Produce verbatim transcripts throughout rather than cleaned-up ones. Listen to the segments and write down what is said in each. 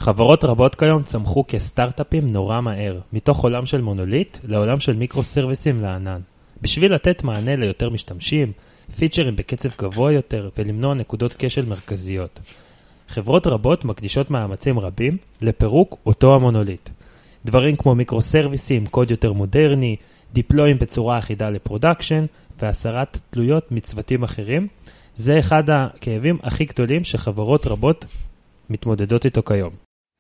חברות רבות כיום צמחו כסטארט-אפים נורא מהר, מתוך עולם של מונוליט לעולם של מיקרו-סרוויסים לענן. בשביל לתת מענה ליותר משתמשים, פיצ'רים בקצב גבוה יותר ולמנוע נקודות כשל מרכזיות. חברות רבות מקדישות מאמצים רבים לפירוק אותו המונוליט. דברים כמו מיקרו-סרוויסים, קוד יותר מודרני, דיפלויים בצורה אחידה לפרודקשן והסרת תלויות מצוותים אחרים, זה אחד הכאבים הכי גדולים שחברות רבות מתמודדות איתו כיום.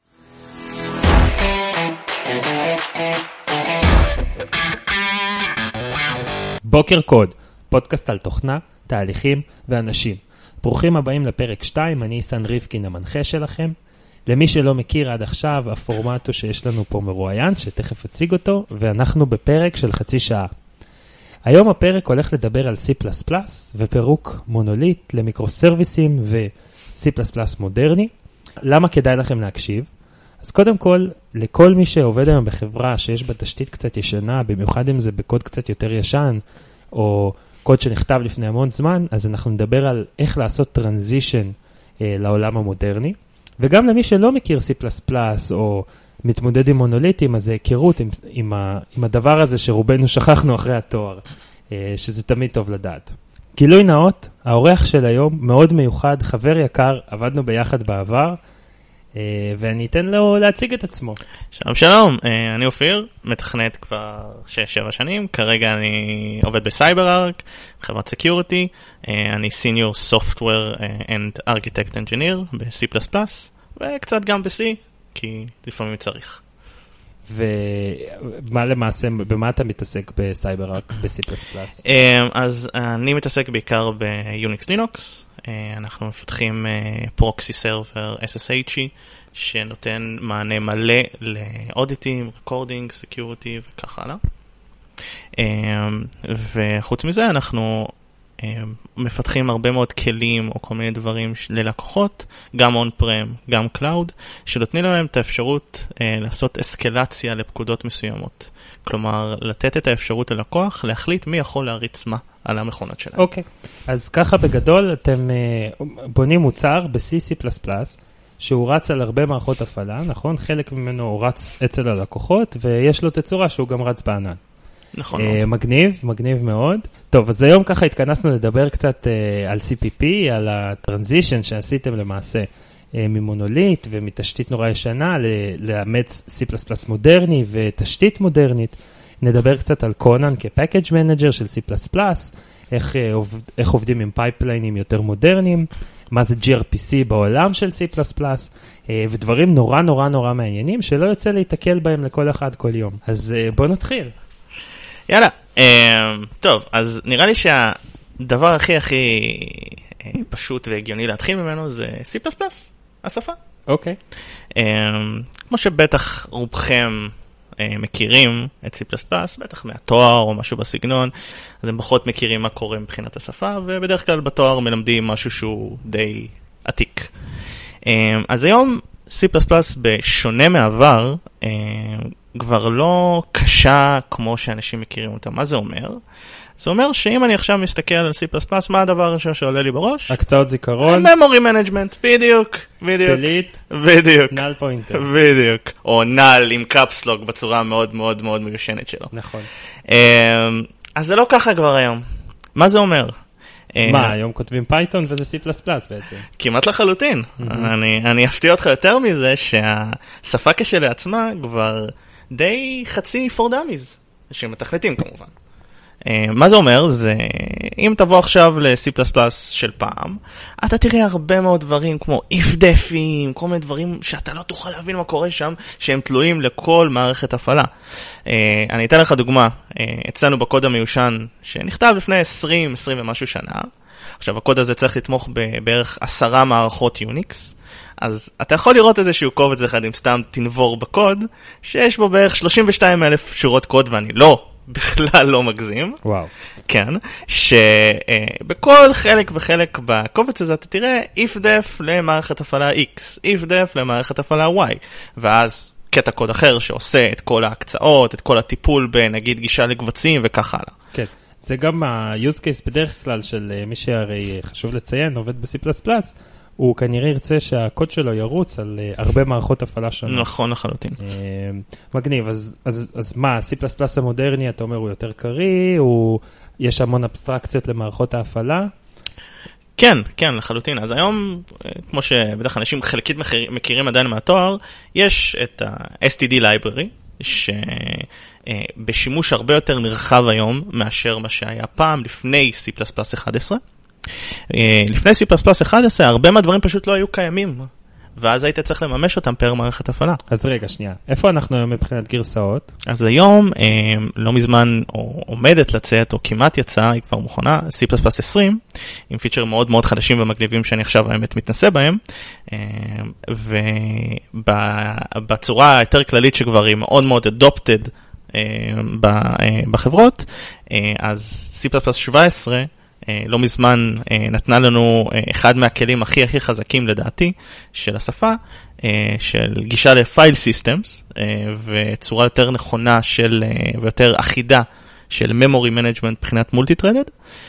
בוקר קוד, פודקאסט על תוכנה, תהליכים ואנשים. ברוכים הבאים לפרק שתיים, אני סן ריבקין המנחה שלכם. למי שלא מכיר עד עכשיו, הפורמט הוא שיש לנו פה מרואיין, שתכף אציג אותו, ואנחנו בפרק של חצי שעה. היום הפרק הולך לדבר על C פלוס פלוס ופירוק מונוליט למיקרו-סרוויסים ו-C פלוס פלוס מודרני. למה כדאי לכם להקשיב? אז קודם כל, לכל מי שעובד היום בחברה שיש בה תשתית קצת ישנה, במיוחד אם זה בקוד קצת יותר ישן, או קוד שנכתב לפני המון זמן, אז אנחנו נדבר על איך לעשות טרנזישן אה, לעולם המודרני. וגם למי שלא מכיר C פלוס פלוס או מתמודד עם מונוליטים, אז זה היכרות עם, עם, ה, עם הדבר הזה שרובנו שכחנו אחרי התואר, אה, שזה תמיד טוב לדעת. גילוי נאות, האורח של היום מאוד מיוחד, חבר יקר, עבדנו ביחד בעבר, ואני אתן לו להציג את עצמו. שלום שלום, אני אופיר, מתכנת כבר שש שבע שנים, כרגע אני עובד בסייברארק, חברת סקיוריטי, אני Senior Software and Architect Engineer ב-C פלוס פלוס, וקצת גם ב-C, כי לפעמים צריך. ומה למעשה, במה אתה מתעסק בסייברארק, ב-C פלוס פלוס? אז אני מתעסק בעיקר ב-Unix Linux, אנחנו מפתחים פרוקסי סרבר אס אס אייץ' שנותן מענה מלא לאודיטים, רקורדינג, סקיוריטי וכך הלאה. וחוץ מזה אנחנו מפתחים הרבה מאוד כלים או כל מיני דברים ללקוחות, גם און-פרם, גם קלאוד, שנותנים להם את האפשרות לעשות אסקלציה לפקודות מסוימות. כלומר, לתת את האפשרות ללקוח להחליט מי יכול להריץ מה על המכונות שלהם. אוקיי, אז ככה בגדול אתם בונים מוצר ב-C, C פלוס פלוס, שהוא רץ על הרבה מערכות הפעלה, נכון? חלק ממנו הוא רץ אצל הלקוחות, ויש לו תצורה שהוא גם רץ בענן. נכון. מגניב, מגניב מאוד. טוב, אז היום ככה התכנסנו לדבר קצת על C P P, על הטרנזישן שעשיתם למעשה ממונוליט ומתשתית נורא ישנה לאמץ C פלוס פלוס מודרני ותשתית מודרנית. נדבר קצת על קונן כפאקג' מנג'ר של C פלוס פלוס, איך, איך עובדים עם פייפליינים יותר מודרניים, מה זה G R P C בעולם של C פלוס פלוס, ודברים נורא נורא נורא מעניינים שלא יוצא להתקל בהם לכל אחד כל יום. אז בוא נתחיל. יאללה, טוב, אז נראה לי שהדבר הכי הכי פשוט והגיוני להתחיל ממנו זה C פלוס פלוס, השפה. אוקיי. כמו שבטח רובכם מכירים את C פלוס פלוס, בטח מהתואר או משהו בסגנון, אז הם פחות מכירים מה קורה מבחינת השפה, ובדרך כלל בתואר מלמדים משהו שהוא די עתיק. אז היום C פלוס פלוס בשונה מעבר, כבר לא קשה כמו שאנשים מכירים אותה. מה זה אומר? זה אומר שאם אני עכשיו מסתכל על C פלוס פלוס, מה הדבר הראשון שעולה לי בראש? הקצאות זיכרון. memory management, בדיוק, בדיוק. delete. בדיוק. null pointer. בדיוק. או null עם קאפסלוק בצורה מאוד מאוד מאוד מיושנת שלו. נכון. אז זה לא ככה כבר היום. מה זה אומר? מה, היום כותבים פייתון וזה C פלוס פלוס בעצם. כמעט לחלוטין. אני, אני אפתיע אותך יותר מזה שהשפה כשלעצמה כבר די חצי for dummies, שמתכנתים כמובן. מה זה אומר? זה, אם תבוא עכשיו ל-C פלוס פלוס של פעם, אתה תראה הרבה מאוד דברים כמו if-defים, כל מיני דברים שאתה לא תוכל להבין מה קורה שם, שהם תלויים לכל מערכת הפעלה. אני אתן לך דוגמה, אצלנו בקוד המיושן, שנכתב לפני עשרים, עשרים ומשהו שנה, עכשיו הקוד הזה צריך לתמוך בערך עשרה מערכות יוניקס, אז אתה יכול לראות איזשהו קובץ אחד עם סתם תנבור בקוד, שיש בו בערך שלושים ושתיים אלף שורות קוד, ואני לא, בכלל לא מגזים. וואו. כן, שבכל חלק וחלק בקובץ הזה אתה תראה if-def למערכת הפעלה X, if-def למערכת הפעלה Y, ואז קטע קוד אחר שעושה את כל ההקצאות, את כל הטיפול בנגיד גישה לקבצים וכך הלאה. כן. זה גם ה-use case בדרך כלל של מי שהרי חשוב לציין, עובד ב-C פלוס פלוס, הוא כנראה ירצה שהקוד שלו ירוץ על הרבה מערכות הפעלה שונות. נכון, לחלוטין. מגניב, אז, אז, אז מה, C++ המודרני, אתה אומר, הוא יותר קרי, הוא, יש המון אבסטרקציות למערכות ההפעלה? כן, כן, לחלוטין. אז היום, כמו שבדרך אנשים חלקית מכירים עדיין מהתואר, יש את ה-אס טי די library, שבשימוש הרבה יותר נרחב היום מאשר מה שהיה פעם לפני C++ אחת עשרה. לפני C++ אחת עשרה, הרבה מהדברים פשוט לא היו קיימים, ואז היית צריך לממש אותם פר מערכת הפעלה. אז רגע, שנייה. איפה אנחנו היום מבחינת גרסאות? אז היום, לא מזמן, או עומדת לצאת, או כמעט יצאה, היא כבר מוכנה, C++ עשרים, עם פיצ'ר מאוד מאוד חדשים ומגניבים שאני עכשיו האמת מתנסה בהם, ובצורה היותר כללית שכבר היא מאוד מאוד adopted בחברות, אז C++ שבע עשרה, לא מזמן נתנה לנו אחד מהכלים הכי הכי חזקים לדעתי של השפה, של גישה לפייל סיסטמס, וצורה יותר נכונה של, ויותר אחידה של memory management מבחינת מולטי-טרדד,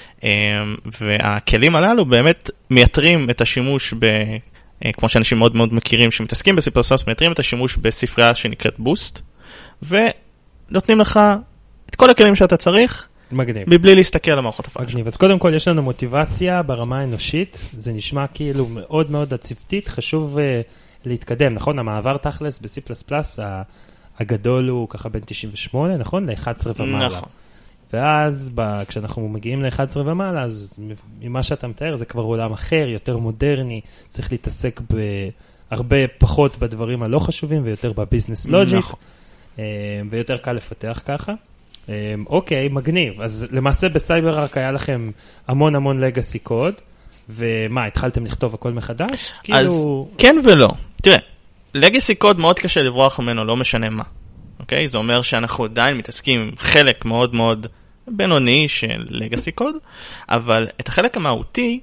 והכלים הללו באמת מייתרים את השימוש ב... כמו שאנשים מאוד מאוד מכירים שמתעסקים ב-C++, מייתרים את השימוש בספרייה שנקראת בוסט, ונותנים לך את כל הכלים שאתה צריך, מגניב. מבלי להסתכל על המערכות הפעלה. מגניב. אז קודם כל יש לנו מוטיבציה ברמה האנושית, זה נשמע כאילו מאוד מאוד הצוותית, חשוב uh, להתקדם, נכון? המעבר תכלס ב-C++ הגדול הוא ככה בין תשעים ושמונה, נכון? ל-אחת עשרה ומעלה. נכון. ואז ב- כשאנחנו מגיעים ל-אחת עשרה ומעלה, אז ממה שאתה מתאר זה כבר עולם אחר, יותר מודרני, צריך להתעסק בהרבה פחות בדברים הלא חשובים, ויותר בביזנס לוג'יק, נכון. uh, ויותר קל לפתח ככה. אוקיי, מגניב. אז למעשה בסייברארק היה לכם המון המון לגאסי קוד, ומה, התחלתם לכתוב הכל מחדש? אז כן ולא. תראה, לגאסי קוד מאוד קשה לברוח ממנו, לא משנה מה. אוקיי? זה אומר שאנחנו עדיין מתעסקים עם חלק מאוד מאוד בינוני של לגאסי קוד, אבל את החלק המהותי,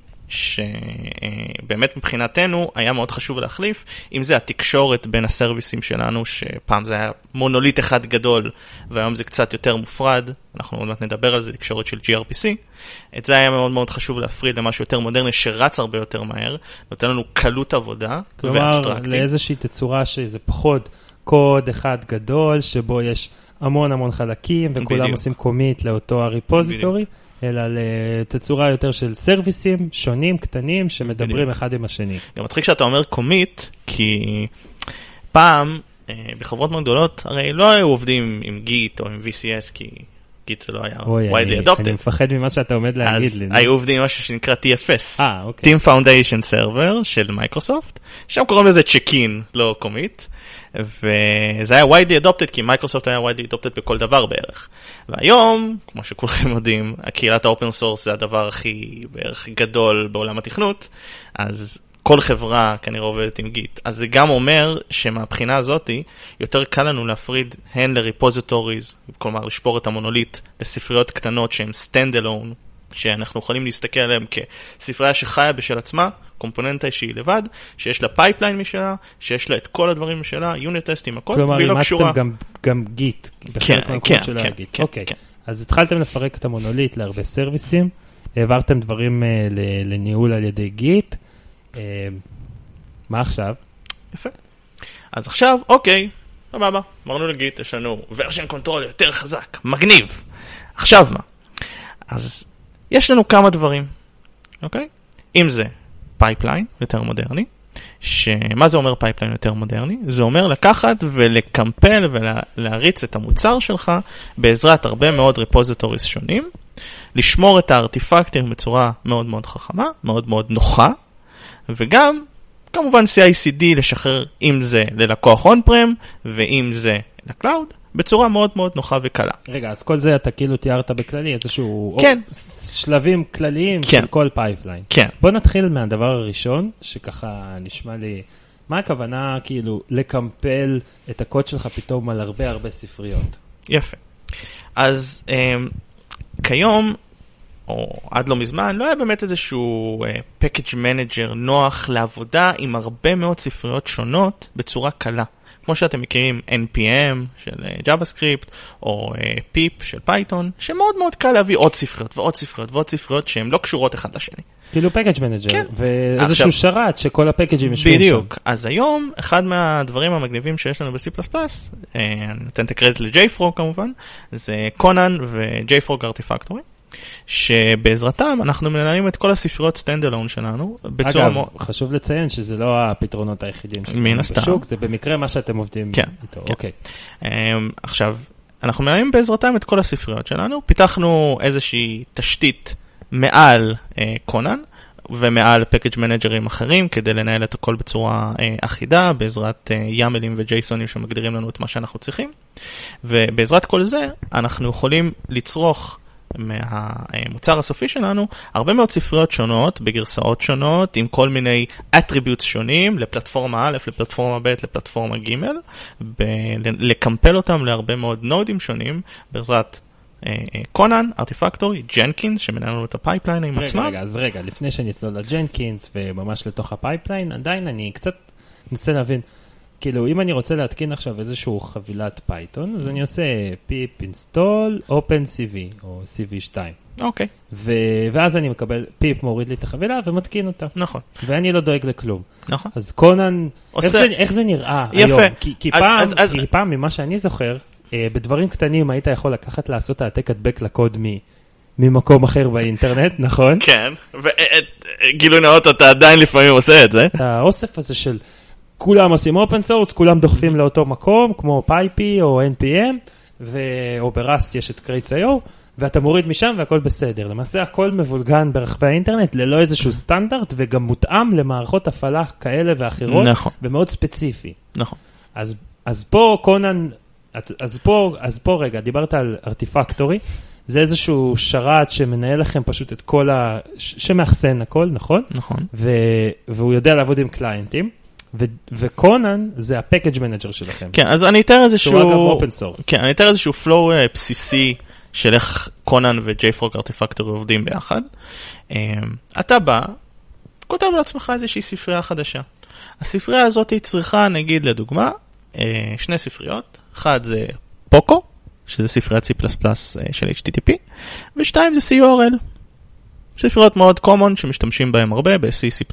שבאמת מבחינתנו היה מאוד חשוב להחליף, אם זה התקשורת בין הסרוויסים שלנו, שפעם זה היה מונוליט אחד גדול, והיום זה קצת יותר מופרד, אנחנו עוד מעט נדבר על זה, תקשורת של ג'י אר פי סי, את זה היה מאוד מאוד חשוב להפריד למשהו יותר מודרני, שרץ הרבה יותר מהר, נותן לנו קלות עבודה ואבסטרקטית. כלומר, לאיזושהי תצורה שזה פחות קוד אחד גדול, שבו יש המון המון חלקים, וכולם בדיוק. עושים קומיט לאותו הריפוזיטורי, בדיוק. אלא לתצורה יותר של סרוויסים שונים, קטנים, שמדברים בדיוק. אחד עם השני. גם מצחיק שאתה אומר קומיט, כי פעם, בחברות מאוד גדולות, הרי לא היו עובדים עם גיט או עם וי סי אס, כי גיט זה לא היה אוי, widely אני, adopted. אני מפחד ממה שאתה עומד להגיד אז לי. אז היו עובדים עם משהו שנקרא טי אף אס, אה, אוקיי. Team Foundation Server של מייקרוסופט, שם קוראים לזה צ'קין, לא קומיט. וזה היה widely adopted, כי מייקרוסופט היה widely adopted בכל דבר בערך. והיום, כמו שכולכם יודעים, הקהילת האופן סורס זה הדבר הכי בערך גדול בעולם התכנות, אז כל חברה כנראה עובדת עם גיט. אז זה גם אומר שמהבחינה הזאת יותר קל לנו להפריד הן לריפוזיטוריז, כלומר לשפור את המונוליט לספריות קטנות שהן stand-alone, שאנחנו יכולים להסתכל עליהן כספרייה שחיה בשל עצמה, קומפוננטה שהיא לבד, שיש לה פייפליין משלה, שיש לה את כל הדברים משלה, יוניט טסטים, הכל, והיא לא קשורה. כלומר, אימצתם גם גיט, בחלק מהקוד של הגיט. אוקיי, אז התחלתם לפרק את המונוליט להרבה סרוויסים, העברתם דברים לניהול על ידי גיט, מה עכשיו? יפה. אז עכשיו, אוקיי, סבבה, אמרנו לגיט, יש לנו version control יותר חזק, מגניב. עכשיו מה? אז יש לנו כמה דברים, אוקיי? אם זה פייפליין יותר מודרני, שמה זה אומר פייפליין יותר מודרני? זה אומר לקחת ולקמפל ולהריץ את המוצר שלך בעזרת הרבה מאוד ריפוזיטוריס שונים, לשמור את הארטיפקטים בצורה מאוד מאוד חכמה, מאוד מאוד נוחה, וגם כמובן סי איי סי די לשחרר אם זה ללקוח און-פרם ואם זה לקלאוד, בצורה מאוד מאוד נוחה וקלה. רגע, אז כל זה אתה כאילו תיארת בכללי, איזשהו כן. או, שלבים כלליים כן. של כל פייפליין. כן. בוא נתחיל מהדבר הראשון, שככה נשמע לי, מה הכוונה כאילו לקמפל את הקוד שלך פתאום על הרבה הרבה ספריות? יפה. אז um, כיום, או עד לא מזמן, לא היה באמת איזשהו uh, package manager נוח לעבודה עם הרבה מאוד ספריות שונות בצורה קלה. כמו שאתם מכירים N P M של uh, JavaScript, או uh, פיפ של Python, שמאוד מאוד קל להביא עוד ספריות ועוד ספריות ועוד ספריות שהן לא קשורות אחד לשני. כאילו package manager, כן. ואיזשהו עכשיו, שרת שכל הפקאג'ים יושבים שם. בדיוק. אז היום, אחד מהדברים המגניבים שיש לנו ב-C++, אני נותן את הקרדיט ל-JFrog כמובן, זה קונן ו-JFrog Artifactory, שבעזרתם אנחנו מנהלים את כל הספריות סטנד-אלון שלנו. אגב, מ... חשוב לציין שזה לא הפתרונות היחידים מן הסתם. בשוק, זה במקרה מה שאתם עובדים כן, איתו. כן. אוקיי. Um, עכשיו, אנחנו מנהלים בעזרתם את כל הספריות שלנו, פיתחנו איזושהי תשתית מעל uh, קונן, ומעל פקאג' מנג'רים אחרים, כדי לנהל את הכל בצורה uh, אחידה, בעזרת uh, ימלים וג'ייסונים שמגדירים לנו את מה שאנחנו צריכים. ובעזרת כל זה, אנחנו יכולים לצרוך מהמוצר הסופי שלנו, הרבה מאוד ספריות שונות, בגרסאות שונות, עם כל מיני attributes שונים, לפלטפורמה א', לפלטפורמה ב', לפלטפורמה ג', לקמפל אותם להרבה מאוד נודים שונים, בעזרת קונן, ארטיפקטורי, ג'נקינס, שמנהל לנו את הפייפליין עם עצמם. רגע, אז רגע, לפני שנצלול לג'נקינס, וממש לתוך הפייפליין, עדיין אני קצת ננסה להבין, כאילו, אם אני רוצה להתקין עכשיו איזשהו חבילת פייתון, אז אני עושה pip install opencv, או סי וי שתיים. אוקיי. ואז אני מקבל, פיפ מוריד לי את החבילה ומתקין אותה. נכון. ואני לא דואג לכלום. נכון. אז קונן, איך זה נראה היום? כי פעם, ממה שאני זוכר, בדברים קטנים היית יכול לקחת לעשות העתק הדבק לקוד ממקום אחר באינטרנט, נכון? כן, וגילוי נאות, אתה עדיין לפעמים עושה את זה. האוסף הזה של כולם עושים אופן סורס, כולם דוחפים לאותו מקום, כמו פייפי או N P M, או בראסט יש את קרייטס איי או, ואתה מוריד משם והכל בסדר. למעשה הכל מבולגן ברחבי האינטרנט, ללא איזשהו סטנדרט, וגם מותאם למערכות הפעלה כאלה ואחרות, נכון. ומאוד ספציפי. נכון. אז, אז פה קונן, אז פה, אז פה רגע, דיברת על ארטיפקטורי, זה איזשהו שרת שמנהל לכם פשוט את כל ה... שמאחסן הכל, נכון? נכון. ו... והוא יודע לעבוד עם קליינטים. ו- וקונן זה הפקאג' מנג'ר שלכם. כן, אז אני אתאר איזשהו... שהוא אגב אופן סורס. כן, אני אתאר איזשהו פלואו uh, בסיסי של איך קונן ו-JFrog Artifactory עובדים ביחד. Um, אתה בא, כותב לעצמך איזושהי ספרייה חדשה. הספרייה הזאת היא צריכה, נגיד לדוגמה, uh, שני ספריות. אחד זה פוקו, שזה ספריית C++ uh, של H T T P, ושתיים זה C U R L. ספריות מאוד common שמשתמשים בהם הרבה ב-C++.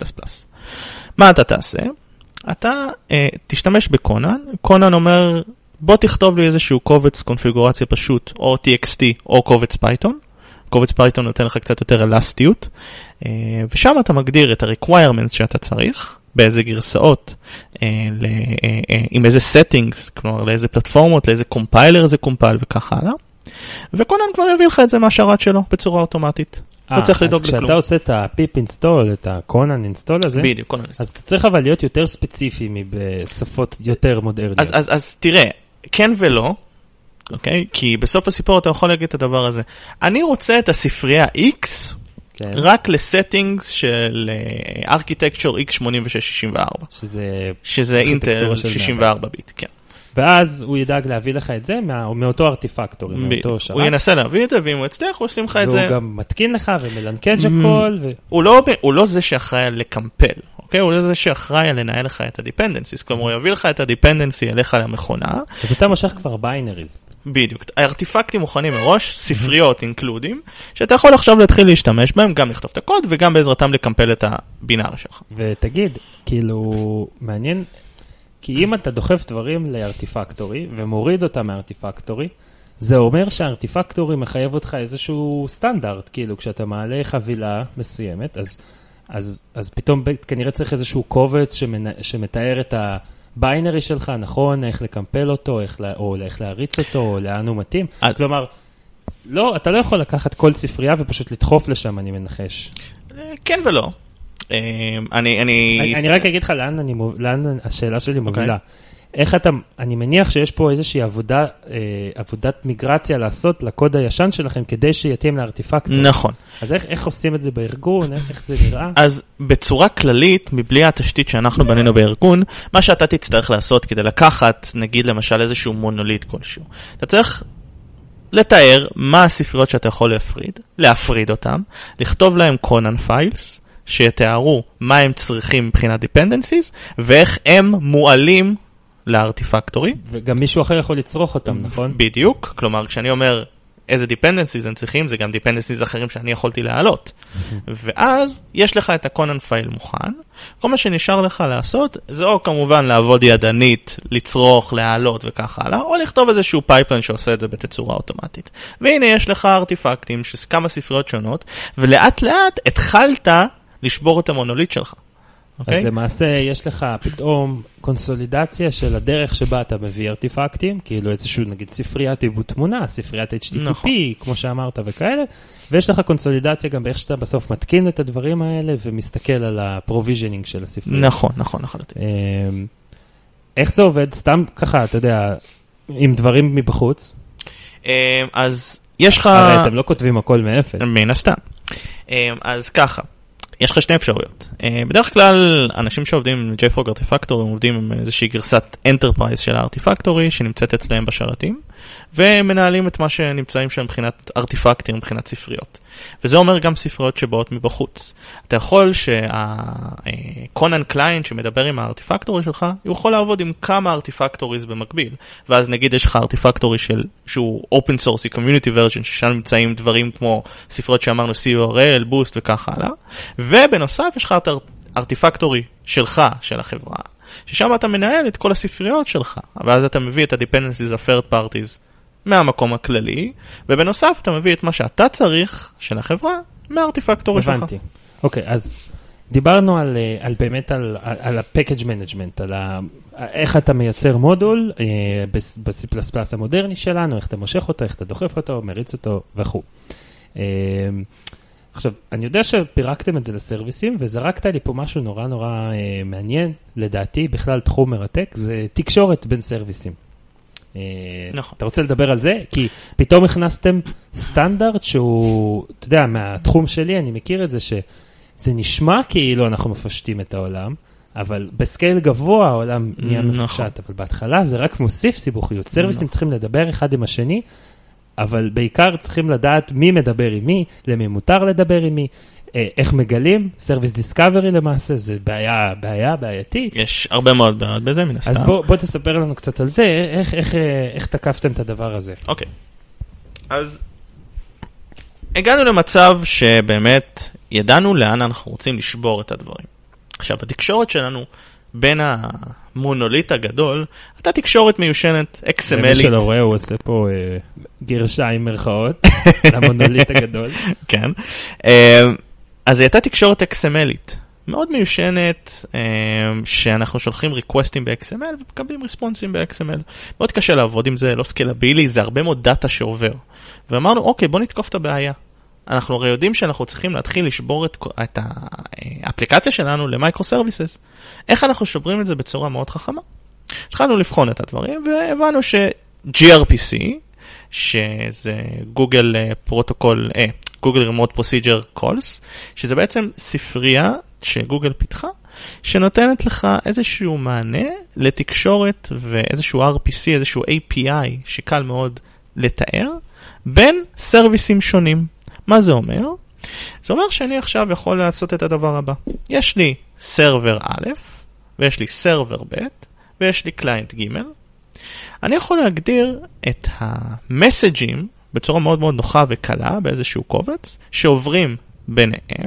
מה אתה תעשה? אתה uh, תשתמש בקונן, קונן אומר, בוא תכתוב לי איזשהו קובץ קונפיגורציה פשוט, או T X T או קובץ פייתון. קובץ פייתון נותן לך קצת יותר אלסטיות, uh, ושם אתה מגדיר את ה-requirements שאתה צריך, באיזה גרסאות, uh, ל, uh, uh, עם איזה settings, כלומר לאיזה פלטפורמות, לאיזה קומפיילר זה קומפייל וכך הלאה, וקונן כבר יביא לך את זה מהשרת שלו בצורה אוטומטית. לא צריך לדאוג לכלום. כשאתה עושה את הפיפ אינסטול, את הקונן אינסטול הזה, בדיוק, קונן אינסטול. אז אתה צריך אבל להיות יותר ספציפי מבשפות יותר מודרניות. אז, אז, אז תראה, כן ולא, אוקיי? כי בסוף הסיפור אתה יכול להגיד את הדבר הזה. אני רוצה את הספרייה X, כן. רק לסטינגס של ארכיטקצ'ר X שמונים ושש שישים וארבע. שזה... שזה אינטל שישים וארבע ביט, כן. ואז הוא ידאג להביא לך את זה מאותו ארטיפקטורי, מאותו שרת. הוא ינסה להביא את זה, ואם הוא יצטרך, הוא ישים לך את זה. והוא גם מתקין לך ומלנקג' הכל. הוא לא זה שאחראי לקמפל, אוקיי? הוא לא זה שאחראי לנהל לך את הדיפנדנסיס. כלומר, הוא יביא לך את הדיפנדנסי אליך למכונה. אז אתה משך כבר ביינריז. בדיוק. הארטיפקטים מוכנים מראש, ספריות אינקלודים, שאתה יכול עכשיו להתחיל להשתמש בהם, גם לכתוב את הקוד, וגם בעזרתם לקמפל את הבינאר שלך. ותגיד, כאילו, מעניין... כי אם אתה דוחף דברים לארטיפקטורי ומוריד אותם מארטיפקטורי, זה אומר שהארטיפקטורי מחייב אותך איזשהו סטנדרט, כאילו כשאתה מעלה חבילה מסוימת, אז, אז, אז פתאום כנראה צריך איזשהו קובץ שמנ... שמתאר את הביינרי שלך, נכון, איך לקמפל אותו, איך לה... או איך להריץ אותו, או לאן הוא מתאים. אז... כלומר, לא, אתה לא יכול לקחת כל ספרייה ופשוט לדחוף לשם, אני מנחש. כן ולא. אני, אני... אני רק אגיד לך לאן, אני, לאן השאלה שלי מובילה. איך אתה, אני מניח שיש פה איזושהי עבודה, עבודת מיגרציה לעשות לקוד הישן שלכם, כדי שיתאים לארטיפקטור. נכון. אז איך, איך עושים את זה בארגון? איך זה נראה? אז בצורה כללית, מבלי התשתית שאנחנו בנינו בארגון, מה שאתה תצטרך לעשות כדי לקחת, נגיד למשל איזשהו מונוליט כלשהו. אתה צריך לתאר מה הספריות שאתה יכול להפריד, להפריד אותם, לכתוב להם קונן פיילס, שיתארו מה הם צריכים מבחינת dependencies, ואיך הם מועלים לארטיפקטורי. וגם מישהו אחר יכול לצרוך אותם, נכון? בדיוק, כלומר, כשאני אומר איזה dependencies הם צריכים, זה גם dependencies אחרים שאני יכולתי להעלות. ואז יש לך את הקונן פייל מוכן, כל מה שנשאר לך לעשות, זה או כמובן לעבוד ידנית, לצרוך, להעלות וכך הלאה, או לכתוב איזשהו פייפליין שעושה את זה בתצורה אוטומטית. והנה יש לך ארטיפקטים, של כמה ספריות שונות, ולאט לאט התחלת לשבור את המונוליט שלך. אז okay. למעשה יש לך פתאום קונסולידציה של הדרך שבה אתה מביא ארטיפקטים, כאילו איזשהו נגיד ספריית עיבוד תמונה, ספריית אייץ' טי טי פי, נכון. כמו שאמרת וכאלה, ויש לך קונסולידציה גם באיך שאתה בסוף מתקין את הדברים האלה ומסתכל על הפרוביז'נינג של הספרייה. נכון, נכון, נכון. איך זה עובד? סתם ככה, אתה יודע, עם דברים מבחוץ? אז יש לך... הרי אתם לא כותבים הכל מאפס. מן הסתם. אז ככה. יש לך שני אפשרויות. בדרך כלל, אנשים שעובדים עם JFrog Artifactory, הם עובדים עם איזושהי גרסת Enterprise של הארטיפקטורי, שנמצאת אצלהם בשרתים, ומנהלים את מה שנמצאים שם מבחינת ארטיפקטים, מבחינת ספריות. וזה אומר גם ספריות שבאות מבחוץ. אתה יכול שהקונן קליינט שמדבר עם הארטיפקטורי שלך, הוא יכול לעבוד עם כמה ארטיפקטוריז במקביל. ואז נגיד יש לך ארטיפקטורי של, שהוא open source, community version, ששם נמצאים דברים כמו ספריות שאמרנו סי יו אר אל, בוסט וכך הלאה. ובנוסף יש לך ארטיפקטורי שלך, של החברה, ששם אתה מנהל את כל הספריות שלך. ואז אתה מביא את ה-dependencies, ה-third parties, מהמקום הכללי, ובנוסף אתה מביא את מה שאתה צריך של החברה מהארטיפקטורי שלך. הבנתי. אוקיי, אז דיברנו על, על באמת על, על ה-package management, על ה, איך אתה מייצר מודול ב-C פלס פלס המודרני שלנו, איך אתה מושך אותו, איך אתה דוחף אותו, מריץ אותו וכו'. עכשיו, אני יודע שפירקתם את זה לסרוויסים, וזרקת לי פה משהו נורא נורא מעניין, לדעתי, בכלל תחום מרתק, זה תקשורת בין סרוויסים. נכון. אתה רוצה לדבר על זה? כי פתאום הכנסתם סטנדרט שהוא, אתה יודע, מהתחום שלי, אני מכיר את זה, שזה נשמע כאילו אנחנו מפשטים את העולם, אבל בסקייל גבוה העולם נהיה מפשט, אבל בהתחלה זה רק מוסיף סיבוכיות. סרוויסים צריכים לדבר אחד עם השני, אבל בעיקר צריכים לדעת מי מדבר עם מי, למי מותר לדבר עם מי, איך מגלים, סרוויס דיסקאברי למעשה, זה בעיה, בעיה, בעייתית. יש הרבה מאוד בעיות בזה, מן הסתם. אז בוא, בוא תספר לנו קצת על זה, איך, איך, איך תקפתם את הדבר הזה. אוקיי. אז הגענו למצב שבאמת ידענו לאן אנחנו רוצים לשבור את הדברים. עכשיו, התקשורת שלנו בין המונוליט הגדול, הייתה תקשורת מיושנת, אקס-אם-אלית. ומי שלא רואה, הוא עושה פה אה, גרשיים מרכאות, למונוליט הגדול. כן. אה, אז הייתה תקשורת אקס-אם-אלית, מאוד מיושנת, אה, שאנחנו שולחים ריקווסטים ב-אקס אם אל ומקבלים ריספונסים ב-אקס אם אל. מאוד קשה לעבוד עם זה, לא סקלבילי, זה הרבה מאוד דאטה שעובר. ואמרנו, אוקיי, בוא נתקוף את הבעיה. אנחנו הרי יודעים שאנחנו צריכים להתחיל לשבור את, את האפליקציה שלנו למייקרו-סרוויסס. איך אנחנו שוברים את זה בצורה מאוד חכמה? התחלנו לבחון את הדברים, והבנו ש-ג'י אר פי סי, שזה גוגל פרוטוקול, אה, גוגל רימוט פרוסיג'ר קולס, שזה בעצם ספרייה שגוגל פיתחה, שנותנת לך איזשהו מענה לתקשורת ואיזשהו אר פי סי, איזשהו איי פי איי, שקל מאוד לתאר, בין סרוויסים שונים. מה זה אומר? זה אומר שאני עכשיו יכול לעשות את הדבר הבא. יש לי סרבר א', ויש לי סרבר ב', ויש לי קליינט ג'. אני יכול להגדיר את המסג'ים בצורה מאוד מאוד נוחה וקלה באיזשהו קובץ, שעוברים ביניהם,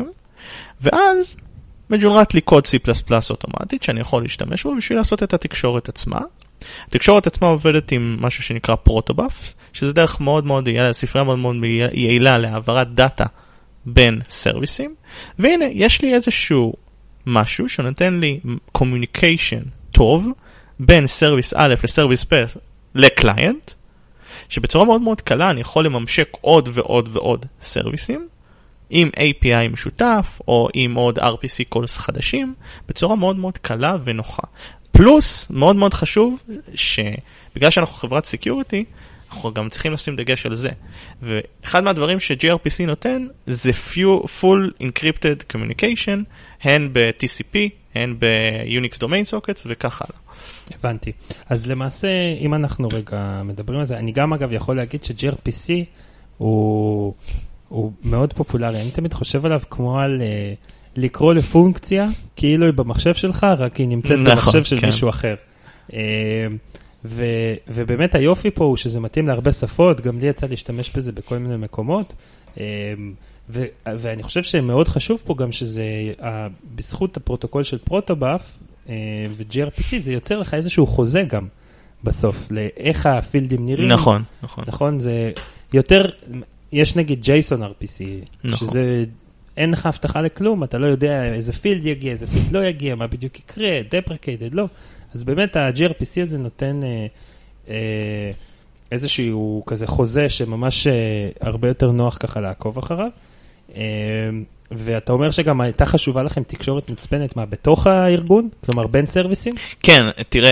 ואז מג'ונרט לי קוד סי פלס פלס אוטומטית, שאני יכול להשתמש בו בשביל לעשות את התקשורת עצמה. התקשורת עצמה עובדת עם משהו שנקרא פרוטובאף, שזה דרך מאוד מאוד יעילה, ספרייה מאוד מאוד יעילה להעברת דאטה בין סרוויסים, והנה, יש לי איזשהו משהו שנותן לי קומוניקיישן טוב, בין סרוויס א' לסרוויס ב' לקליינט, שבצורה מאוד מאוד קלה אני יכול לממשק עוד ועוד ועוד סרוויסים, עם איי פי איי משותף, או עם עוד אר פי סי קולס חדשים, בצורה מאוד מאוד קלה ונוחה. פלוס, מאוד מאוד חשוב, שבגלל שאנחנו חברת סקיוריטי, אנחנו גם צריכים לשים דגש על זה. ואחד מהדברים ש-ג'י אר פי סי נותן, זה full encrypted communication, הן ב-טי סי פי, הן ב-Unix Domain Sockets וכך הלאה. הבנתי. אז למעשה, אם אנחנו רגע מדברים על זה, אני גם אגב יכול להגיד ש-ג'י אר פי סי הוא, הוא מאוד פופולרי. אני תמיד חושב עליו כמו על uh, לקרוא לפונקציה, כאילו היא במחשב שלך, רק היא נמצאת נכון, במחשב של כן. מישהו אחר. Uh, ו, ובאמת היופי פה הוא שזה מתאים להרבה שפות, גם לי יצא להשתמש בזה בכל מיני מקומות, uh, ו, ואני חושב שמאוד חשוב פה גם שזה, uh, בזכות הפרוטוקול של פרוטובאף, ו-ג'י אר פי סי זה יוצר לך איזשהו חוזה גם בסוף, לאיך הפילדים נראים. נכון, נכון. נכון, זה יותר, יש נגיד ג'ייסון אר פי סי, נכון. שזה, אין לך הבטחה לכלום, אתה לא יודע איזה פילד יגיע, איזה פילד לא יגיע, מה בדיוק יקרה, deprecated, לא. אז באמת ה-ג'י אר פי סי הזה נותן אה, אה, איזשהו כזה חוזה שממש אה, הרבה יותר נוח ככה לעקוב אחריו. אה, ואתה אומר שגם הייתה חשובה לכם תקשורת מוצפנת מה בתוך הארגון? כלומר בין סרוויסים? כן, תראה,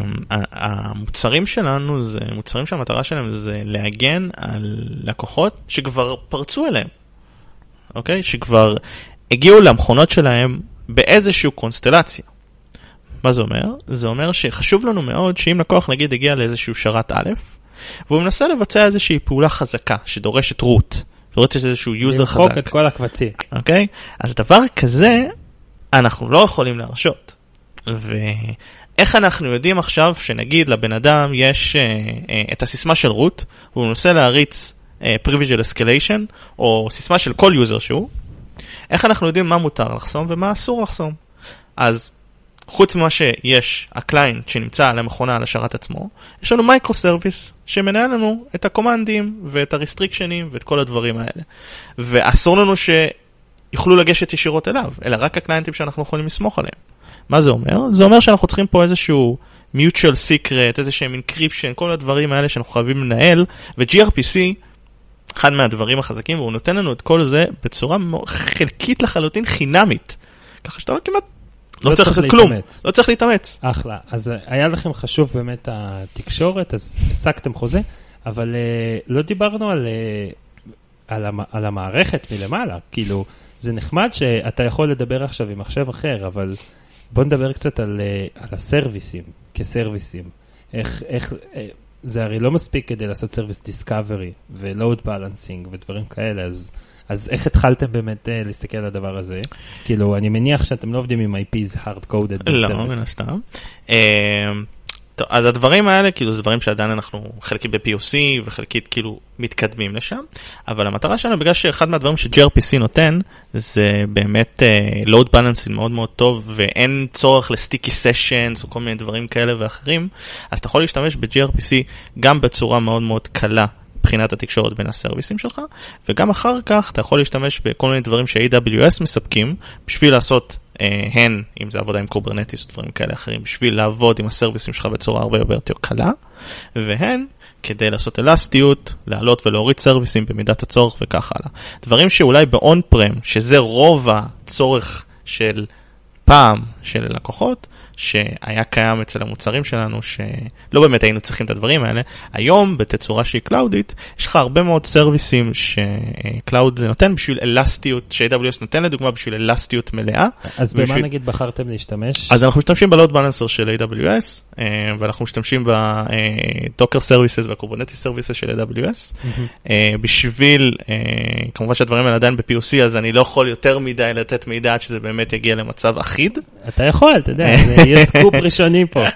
המוצרים שלנו, זה מוצרים שהמטרה שלהם זה להגן על לקוחות שכבר פרצו אליהם, אוקיי? שכבר הגיעו למכונות שלהם באיזשהו קונסטלציה. מה זה אומר? זה אומר שחשוב לנו מאוד שאם לקוח נגיד הגיע לאיזשהו שרת א', והוא מנסה לבצע איזושהי פעולה חזקה שדורשת רוט, לראות שיש איזשהו יוזר חזק. למחוק את כל הקבצים. אוקיי? אז דבר כזה, אנחנו לא יכולים להרשות. ואיך אנחנו יודעים עכשיו שנגיד לבן אדם יש uh, uh, את הסיסמה של root, והוא ננסה להריץ uh, privileged escalation, או סיסמה של כל יוזר שהוא, איך אנחנו יודעים מה מותר לחסום ומה אסור לחסום? אז חוץ ממה שיש, הקליינט שנמצא על המכונה, על השרת עצמו, יש לנו מייקרו-סרוויס שמנהל לנו את הקומנדים ואת הרסטריקשנים ואת כל הדברים האלה. ואסור לנו שיוכלו לגשת ישירות אליו, אלא רק הקליינטים שאנחנו יכולים לסמוך עליהם. מה זה אומר? זה אומר שאנחנו צריכים פה איזשהו mutual secret, איזשהם encryption, כל הדברים האלה שאנחנו חייבים לנהל, ו-ג'י אר פי סי, אחד מהדברים החזקים, והוא נותן לנו את כל זה בצורה חלקית לחלוטין חינמית. ככה שאתה לא כמעט לא, לא צריך לעשות כלום, לא צריך להתאמץ. אחלה, אז היה לכם חשוב באמת התקשורת, אז עסקתם חוזה, אבל uh, לא דיברנו על, uh, על, המ, על המערכת מלמעלה, כאילו זה נחמד שאתה יכול לדבר עכשיו עם מחשב אחר, אבל בוא נדבר קצת על, uh, על הסרוויסים, כסרוויסים. איך, איך, uh, זה הרי לא מספיק כדי לעשות סרוויס דיסקאברי ולואוד בלנסינג ודברים כאלה, אז... אז איך התחלתם באמת uh, להסתכל על הדבר הזה? כאילו, אני מניח שאתם לא עובדים עם איי פי's hard-coded. לא, מן הסתם. Uh, טוב, אז הדברים האלה, כאילו, זה דברים שעדיין אנחנו חלקית ב-פי או סי וחלקית כאילו מתקדמים לשם, אבל המטרה שלנו, בגלל שאחד מהדברים ש-ג'י אר פי סי נותן, זה באמת uh, load balancing מאוד מאוד טוב, ואין צורך ל-sticky sessions או כל מיני דברים כאלה ואחרים, אז אתה יכול להשתמש ב-ג'י אר פי סי גם בצורה מאוד מאוד קלה, מבחינת התקשורת בין הסרוויסים שלך, וגם אחר כך אתה יכול להשתמש בכל מיני דברים ש-איי דאבליו אס מספקים, בשביל לעשות אה, הן, אם זה עבודה עם קוברנטיס או דברים כאלה אחרים, בשביל לעבוד עם הסרוויסים שלך בצורה הרבה הרבה יותר קלה, והן כדי לעשות אלסטיות, לעלות ולהוריד סרוויסים במידת הצורך וכך הלאה. דברים שאולי באון פרם, שזה רוב הצורך של פעם של לקוחות, שהיה קיים אצל המוצרים שלנו, שלא באמת היינו צריכים את הדברים האלה. היום, בתצורה שהיא קלאודית, יש לך הרבה מאוד סרוויסים שקלאוד נותן בשביל אלסטיות, ש-איי דאבליו אס נותן לדוגמה בשביל אלסטיות מלאה. אז במה נגיד בחרתם להשתמש? אז אנחנו משתמשים ב-Load Balancer של איי דאבליו אס, ואנחנו משתמשים ב-Docker Services וה-Kubernetes Services של איי דאבליו אס, בשביל, כמובן שהדברים האלה עדיין ב-פי או סי, אז אני לא יכול יותר מדי לתת מידע עד שזה באמת יגיע למצב אחיד. אתה יכול, אתה יודע, יש סקופ ראשוני פה.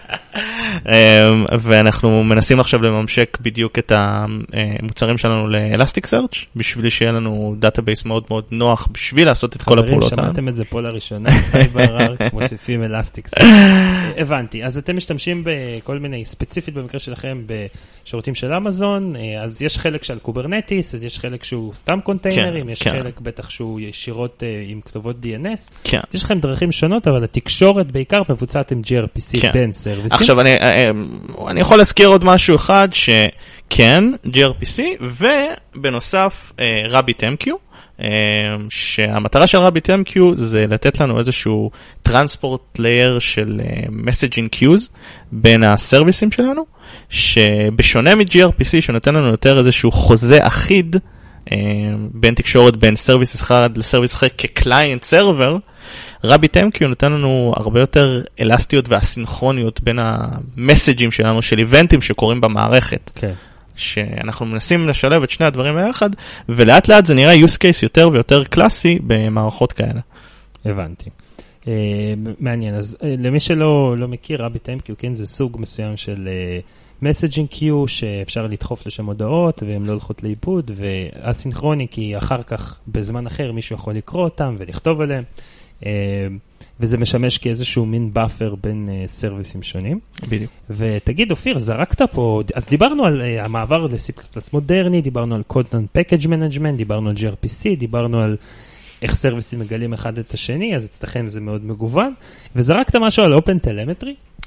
ואנחנו מנסים עכשיו לממשק בדיוק את המוצרים שלנו ל-Elasticsearch, בשביל שיהיה לנו דאטאבייס מאוד מאוד נוח, בשביל לעשות את כל הפעולות. חברים, שמעתם את זה פה לראשונה, CyberArk, מוסיפים Elasticsearch. הבנתי, אז אתם משתמשים בכל מיני, ספציפית במקרה שלכם, בשירותים של אמזון, אז יש חלק של קוברנטיס, אז יש חלק שהוא סתם קונטיינרים, יש חלק בטח שהוא ישירות עם כתובות די אן אס. יש לכם דרכים שונות, אבל התקשורת בעיקר מבוצעת עם ג'י אר פי סי בין סרוויסים. עכשיו, אני, אני יכול להזכיר עוד משהו אחד שכן, ג'י אר פי סי, ובנוסף, RabbitMQ, שהמטרה של RabbitMQ זה לתת לנו איזשהו טרנספורט לייר של messaging queues בין הסרוויסים שלנו, שבשונה מ-ג'י אר פי סי שנותן לנו יותר איזשהו חוזה אחיד בין תקשורת בין סרוויס אחד לסרוויס אחר כקליינט סרבר, RabbitMQ נותן לנו הרבה יותר אלסטיות והסינכרוניות בין המסג'ים שלנו, של איבנטים שקורים במערכת. כן. שאנחנו מנסים לשלב את שני הדברים ביחד, ולאט לאט זה נראה use case יותר ויותר קלאסי במערכות כאלה. הבנתי. Uh, מעניין. אז uh, למי שלא לא מכיר, RabbitMQ, כן, זה סוג מסוים של uh, messaging queue שאפשר לדחוף לשם הודעות, והן לא הולכות לאיבוד, והסינכרוני, כי אחר כך, בזמן אחר, מישהו יכול לקרוא אותם ולכתוב עליהם, uh, וזה משמש כאיזשהו מין באפר בין uh, סרוויסים שונים. בדיוק. ותגיד, אופיר, זרקת פה, אז דיברנו על uh, המעבר ל-C++ מודרני, דיברנו על Code and Package Management, דיברנו על ג'י אר פי סי, דיברנו על איך סרוויסים מגלים אחד את השני, אז אצלכם זה מאוד מגוון. וזרקת משהו על Open Telemetry?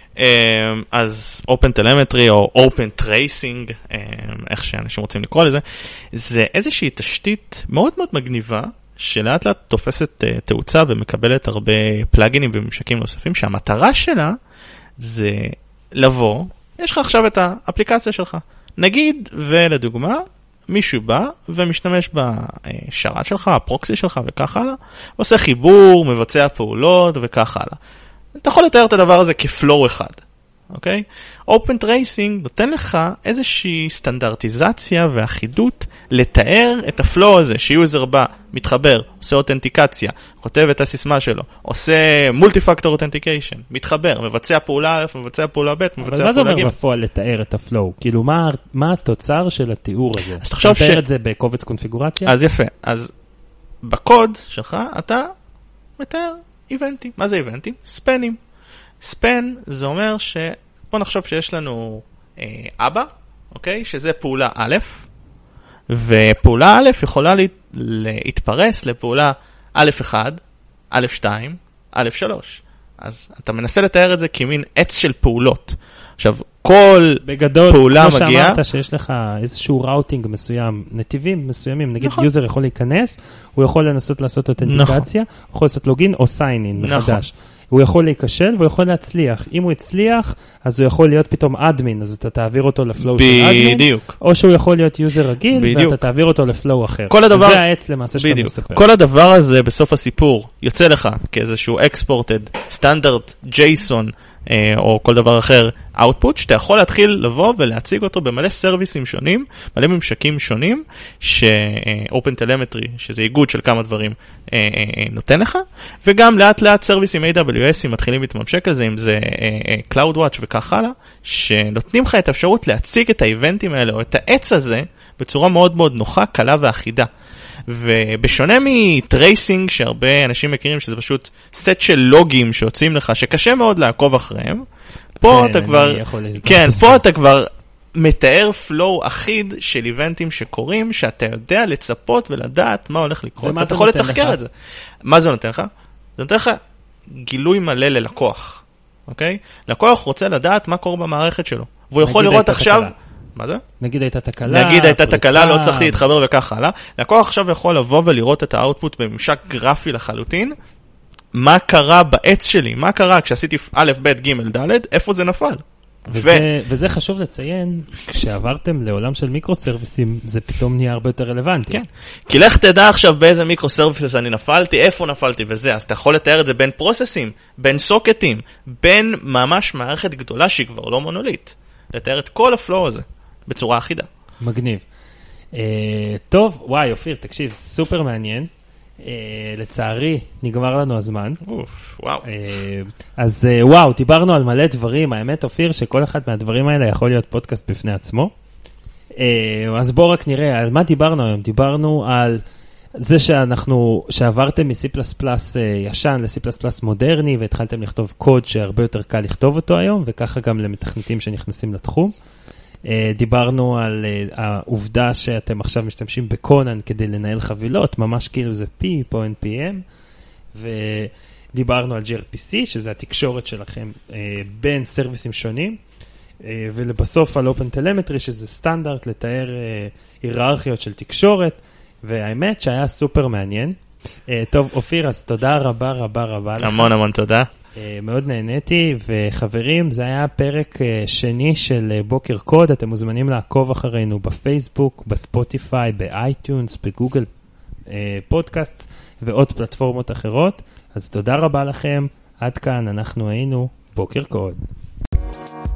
אז Open Telemetry או Open Tracing, איך שאנשים רוצים לקרוא לזה, זה איזושהי תשתית מאוד מאוד מגניבה, שלאט לאט תופסת תאוצה ומקבלת הרבה פלאגינים וממשקים נוספים, שהמטרה שלה זה לבוא, יש לך עכשיו את האפליקציה שלך. נגיד, ולדוגמה, מישהו בא ומשתמש בשרת שלך, הפרוקסי שלך וכך הלאה, עושה חיבור, מבצע פעולות וכך הלאה. אתה יכול לתאר את הדבר הזה כפלואו אחד, אוקיי? Open Tracing נותן לך איזושהי סטנדרטיזציה ואחידות לתאר את הפלואו הזה, שיוזר בא, מתחבר, עושה אותנטיקציה, כותב את הסיסמה שלו, עושה Multi-Factor Authentication, מתחבר, מבצע פעולה א', מבצע פעולה ב', מבצע פעולה ג'. אבל מה זה אומר בפועל לתאר את הפלואו? כאילו, מה, מה התוצר של התיאור הזה? אז תחשוב ש... אתה מתאר את זה בקובץ קונפיגורציה? אז יפה. אז בקוד שלך אתה מתאר איבנטים. מה זה איבנטים? ספנים. ספן זה אומר ש... בוא נחשוב שיש לנו אה, אבא, אוקיי? שזה פעולה א', ופעולה א' יכולה לה... להתפרס לפעולה א' אחד, א' שתיים, א' שלוש. אז אתה מנסה לתאר את זה כמין עץ של פעולות. עכשיו, כל בגדול, פעולה מגיעה... בגדול, כמו שאמרת שיש לך איזשהו ראוטינג מסוים, נתיבים מסוימים, נגיד נכון. יוזר יכול להיכנס, הוא יכול לנסות לעשות אותנטיקציה, נכון. הוא יכול לעשות לוגין או סיין-אין מחדש. נכון. הוא יכול להיכשל והוא יכול להצליח. אם הוא הצליח, אז הוא יכול להיות פתאום אדמין, אז אתה תעביר אותו לפלואו של אדמין. בדיוק. או שהוא יכול להיות יוזר רגיל, בדיוק. ואתה תעביר אותו לפלואו אחר. כל הדבר... וזה העץ למעשה שאתה מספר. כל הדבר הזה בסוף הסיפור יוצא לך כאיזשהו exported, standard, JSON, או כל דבר אחר, output, שאתה יכול להתחיל לבוא ולהציג אותו במלא סרוויסים שונים, מלא ממשקים שונים, ש-Open Telemetry, שזה איגוד של כמה דברים, נותן לך, וגם לאט לאט סרוויסים איי דאבליו אס מתחילים להתממשק על זה, אם זה CloudWatch וכך הלאה, שנותנים לך את האפשרות להציג את האיבנטים האלה, או את העץ הזה, בצורה מאוד מאוד נוחה, קלה ואחידה. ובשונה מטרייסינג שהרבה אנשים מכירים שזה פשוט סט של לוגים שיוצאים לך שקשה מאוד לעקוב אחריהם, פה אתה כבר כן, פה אתה כבר מתאר פלואו אחיד של איבנטים שקורים, שאתה יודע לצפות ולדעת מה הולך לקרות, ואתה יכול לתחקר את זה. מה זה נותן לך? זה נותן לך גילוי מלא ללקוח, אוקיי? לקוח רוצה לדעת מה קורה במערכת שלו, והוא יכול לראות עכשיו מה זה? נגיד הייתה תקלה. נגיד הייתה תקלה, לא צריך להתחבר וכך הלאה. לקוח עכשיו יכול לבוא ולראות את האוטפוט בממשק גרפי לחלוטין. מה קרה בעץ שלי? מה קרה כשעשיתי א', ב', ג', ד', איפה זה נפל? וזה, ו... וזה חשוב לציין, כשעברתם לעולם של מיקרו-סרוויסים, זה פתאום נהיה הרבה יותר רלוונטי. כן. כי לך תדע עכשיו באיזה מיקרו-סרוויסס אני נפלתי, איפה נפלתי וזה. אז אתה יכול לתאר את זה בין פרוססים, בין סוקטים, בין ממש מערכת גדולה שהיא כבר לא מונוליט. לתאר את כל הפלואו הזה. בצורה אחידה. מגניב. Uh, טוב, וואי, אופיר, תקשיב, סופר מעניין. Uh, לצערי, נגמר לנו הזמן. אוף, וואו. Uh, אז uh, וואו, דיברנו על מלא דברים. האמת, אופיר, שכל אחד מהדברים האלה יכול להיות פודקאסט בפני עצמו. Uh, אז בואו רק נראה, על מה דיברנו היום? דיברנו על זה שאנחנו, שעברתם מ-C++ ישן ל-C++ מודרני, והתחלתם לכתוב קוד שהרבה יותר קל לכתוב אותו היום, וככה גם למתכנתים שנכנסים לתחום. דיברנו על העובדה שאתם עכשיו משתמשים בקונן כדי לנהל חבילות, ממש כאילו זה P פה N P M, ודיברנו על ג'י אר פי סי, שזה התקשורת שלכם בין סרוויסים שונים, ולבסוף על Open Telemetry, שזה סטנדרט לתאר היררכיות של תקשורת, והאמת שהיה סופר מעניין. טוב, אופיר, אז תודה רבה רבה רבה לך. המון המון תודה. מאוד נהניתי, וחברים, זה היה פרק שני של בוקר קוד, אתם מוזמנים לעקוב אחרינו בפייסבוק, בספוטיפיי, באייטיונס, בגוגל פודקאסט ועוד פלטפורמות אחרות. אז תודה רבה לכם, עד כאן אנחנו היינו בוקר קוד.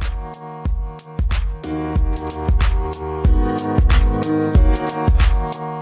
Thank you.